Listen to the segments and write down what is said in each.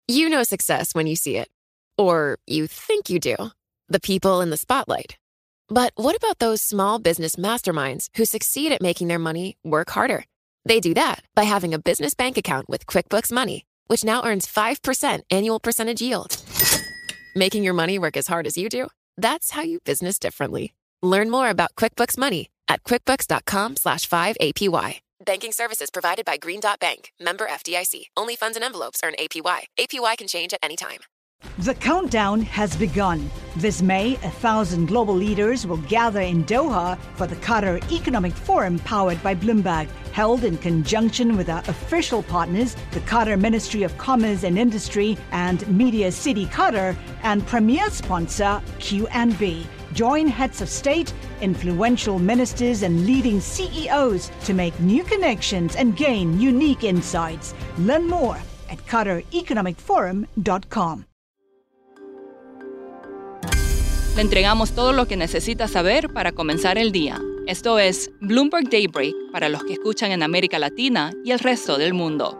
You know success when you see it. Or you think you do. The people in the spotlight. But what about those small business masterminds who succeed at making their money work harder? They do that by having a business bank account with QuickBooks Money, which now earns 5% annual percentage yield. Making your money work as hard as you do? That's how you business differently. Learn more about QuickBooks Money at quickbooks.com/5APY. Banking services provided by Green Dot Bank. Member FDIC. Only funds and envelopes earn APY. APY can change at any time. The countdown has begun. This May, 1,000 global leaders will gather in Doha for the Qatar Economic Forum powered by Bloomberg, held in conjunction with our official partners, the Qatar Ministry of Commerce and Industry and Media City Qatar, and premier sponsor QNB. Join heads of state, influential ministers, and leading CEOs to make new connections and gain unique insights. Learn more at QatarEconomicForum.com. Le entregamos todo lo que necesita saber para comenzar el día. Esto es Bloomberg Daybreak para los que escuchan en América Latina y el resto del mundo.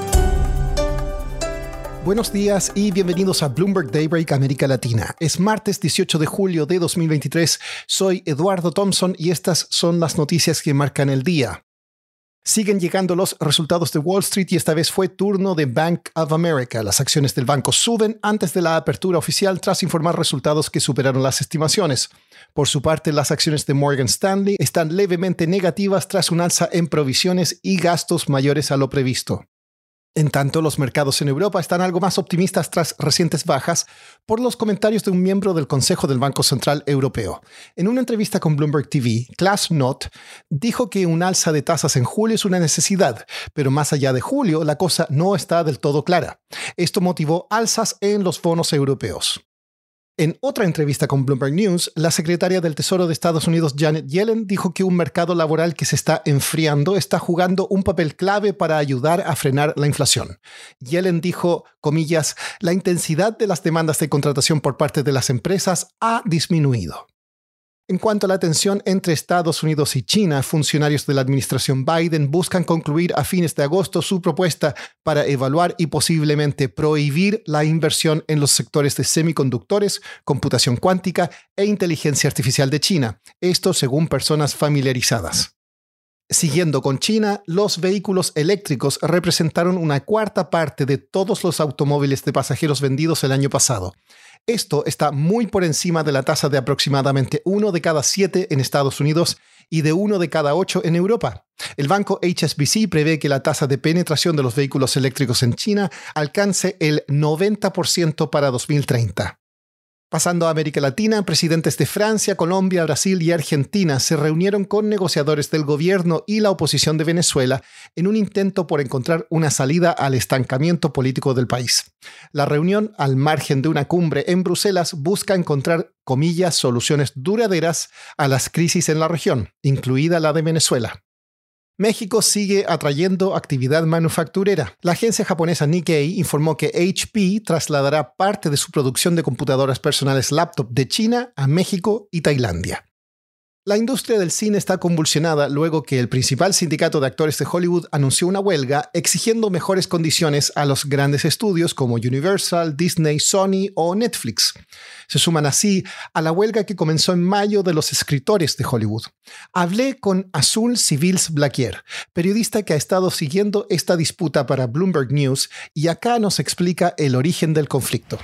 Buenos días y bienvenidos a Bloomberg Daybreak América Latina. Es martes 18 de julio de 2023. Soy Eduardo Thompson y estas son las noticias que marcan el día. Siguen llegando los resultados de Wall Street y esta vez fue turno de Bank of America. Las acciones del banco suben antes de la apertura oficial tras informar resultados que superaron las estimaciones. Por su parte, las acciones de Morgan Stanley están levemente negativas tras un alza en provisiones y gastos mayores a lo previsto. En tanto, los mercados en Europa están algo más optimistas tras recientes bajas por los comentarios de un miembro del Consejo del Banco Central Europeo. En una entrevista con Bloomberg TV, Klaas Knot dijo que un alza de tasas en julio es una necesidad, pero más allá de julio, la cosa no está del todo clara. Esto motivó alzas en los bonos europeos. En otra entrevista con Bloomberg News, la secretaria del Tesoro de Estados Unidos, Janet Yellen, dijo que un mercado laboral que se está enfriando está jugando un papel clave para ayudar a frenar la inflación. Yellen dijo, comillas, la intensidad de las demandas de contratación por parte de las empresas ha disminuido. En cuanto a la tensión entre Estados Unidos y China, funcionarios de la administración Biden buscan concluir a fines de agosto su propuesta para evaluar y posiblemente prohibir la inversión en los sectores de semiconductores, computación cuántica e inteligencia artificial de China. Esto según personas familiarizadas. Siguiendo con China, los vehículos eléctricos representaron una cuarta parte de todos los automóviles de pasajeros vendidos el año pasado. Esto está muy por encima de la tasa de aproximadamente 1 de cada 7 en Estados Unidos y de 1 de cada 8 en Europa. El banco HSBC prevé que la tasa de penetración de los vehículos eléctricos en China alcance el 90% para 2030. Pasando a América Latina, presidentes de Francia, Colombia, Brasil y Argentina se reunieron con negociadores del gobierno y la oposición de Venezuela en un intento por encontrar una salida al estancamiento político del país. La reunión, al margen de una cumbre en Bruselas, busca encontrar, comillas, soluciones duraderas a las crisis en la región, incluida la de Venezuela. México sigue atrayendo actividad manufacturera. La agencia japonesa Nikkei informó que HP trasladará parte de su producción de computadoras personales laptop de China a México y Tailandia. La industria del cine está convulsionada luego que el principal sindicato de actores de Hollywood anunció una huelga exigiendo mejores condiciones a los grandes estudios como Universal, Disney, Sony o Netflix. Se suman así a la huelga que comenzó en mayo de los escritores de Hollywood. Hablé con Azul Civils Blaquier, periodista que ha estado siguiendo esta disputa para Bloomberg News y acá nos explica el origen del conflicto.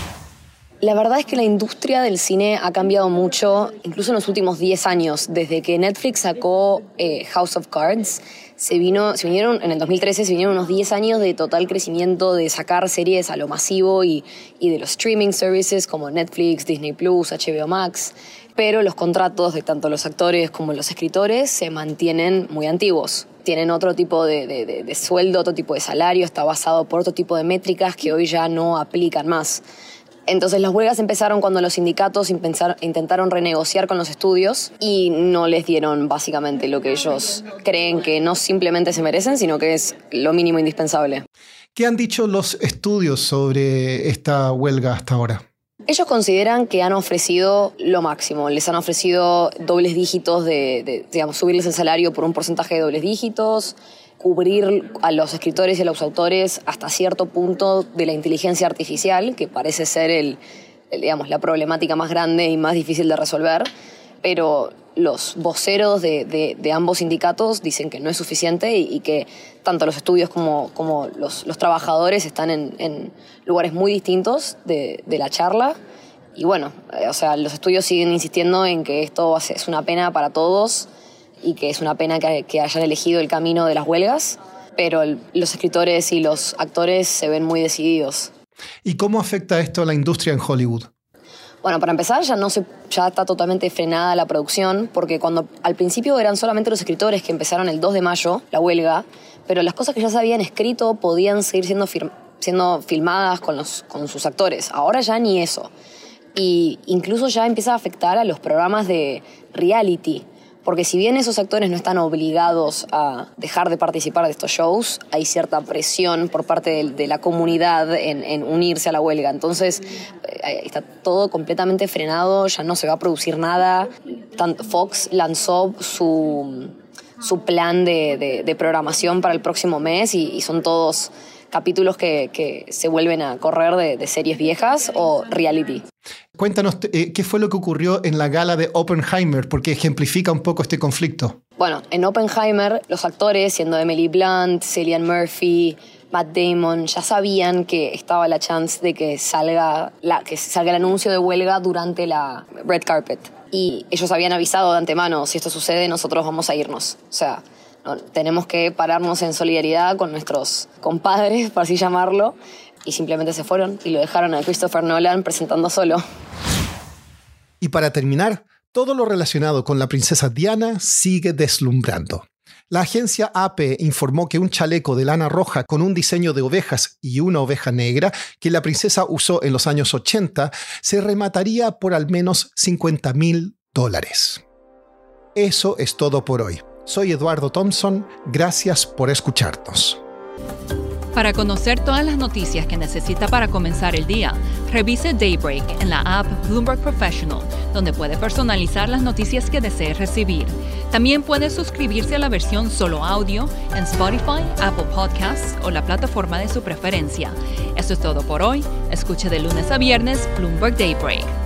La verdad es que la industria del cine ha cambiado mucho, incluso en los últimos 10 años. Desde que Netflix sacó House of Cards, en el 2013 se vinieron unos 10 años de total crecimiento, de sacar series a lo masivo y de los streaming services como Netflix, Disney Plus, HBO Max. Pero los contratos de tanto los actores como los escritores se mantienen muy antiguos. Tienen otro tipo de sueldo, otro tipo de salario, está basado por otro tipo de métricas que hoy ya no aplican más. Entonces las huelgas empezaron cuando los sindicatos intentaron renegociar con los estudios y no les dieron básicamente lo que ellos creen que no simplemente se merecen, sino que es lo mínimo indispensable. ¿Qué han dicho los estudios sobre esta huelga hasta ahora? Ellos consideran que han ofrecido lo máximo. Les han ofrecido dobles dígitos digamos, subirles el salario por un porcentaje de dobles dígitos. cubrir a los escritores y a los autores hasta cierto punto de la inteligencia artificial, que parece ser la problemática más grande y más difícil de resolver, pero los voceros de ambos sindicatos dicen que no es suficiente y que tanto los estudios como los trabajadores están en lugares muy distintos de la charla. Y bueno, los estudios siguen insistiendo en que esto es una pena para todos y que es una pena que hayan elegido el camino de las huelgas, pero los escritores y los actores se ven muy decididos. ¿Y cómo afecta esto a la industria en Hollywood? Bueno, para empezar, ya está totalmente frenada la producción, porque cuando al principio eran solamente los escritores que empezaron el 2 de mayo, la huelga, pero las cosas que ya se habían escrito podían seguir siendo filmadas con sus actores. Ahora ya ni eso. Y incluso ya empieza a afectar a los programas de reality, porque si bien esos actores no están obligados a dejar de participar de estos shows, hay cierta presión por parte de la comunidad en unirse a la huelga. Entonces está todo completamente frenado, ya no se va a producir nada. Fox lanzó su plan de programación para el próximo mes y son todos capítulos que se vuelven a correr de series viejas o reality. Cuéntanos, ¿qué fue lo que ocurrió en la gala de Oppenheimer? Porque ejemplifica un poco este conflicto. Bueno, en Oppenheimer, los actores, siendo Emily Blunt, Cillian Murphy, Matt Damon, ya sabían que estaba la chance de que salga el anuncio de huelga durante la red carpet. Y ellos habían avisado de antemano, si esto sucede, nosotros vamos a irnos. O sea, tenemos que pararnos en solidaridad con nuestros compadres, por así llamarlo, y simplemente se fueron y lo dejaron a Christopher Nolan presentando solo. Y para terminar, todo lo relacionado con la princesa Diana sigue deslumbrando. La agencia AP informó que un chaleco de lana roja con un diseño de ovejas y una oveja negra que la princesa usó en los años 80 se remataría por al menos $50,000. Eso es todo por hoy. Soy Eduardo Thompson, gracias por escucharnos. Para conocer todas las noticias que necesita para comenzar el día, revise Daybreak en la app Bloomberg Professional, donde puede personalizar las noticias que desee recibir. También puede suscribirse a la versión solo audio en Spotify, Apple Podcasts o la plataforma de su preferencia. Eso es todo por hoy. Escuche de lunes a viernes Bloomberg Daybreak.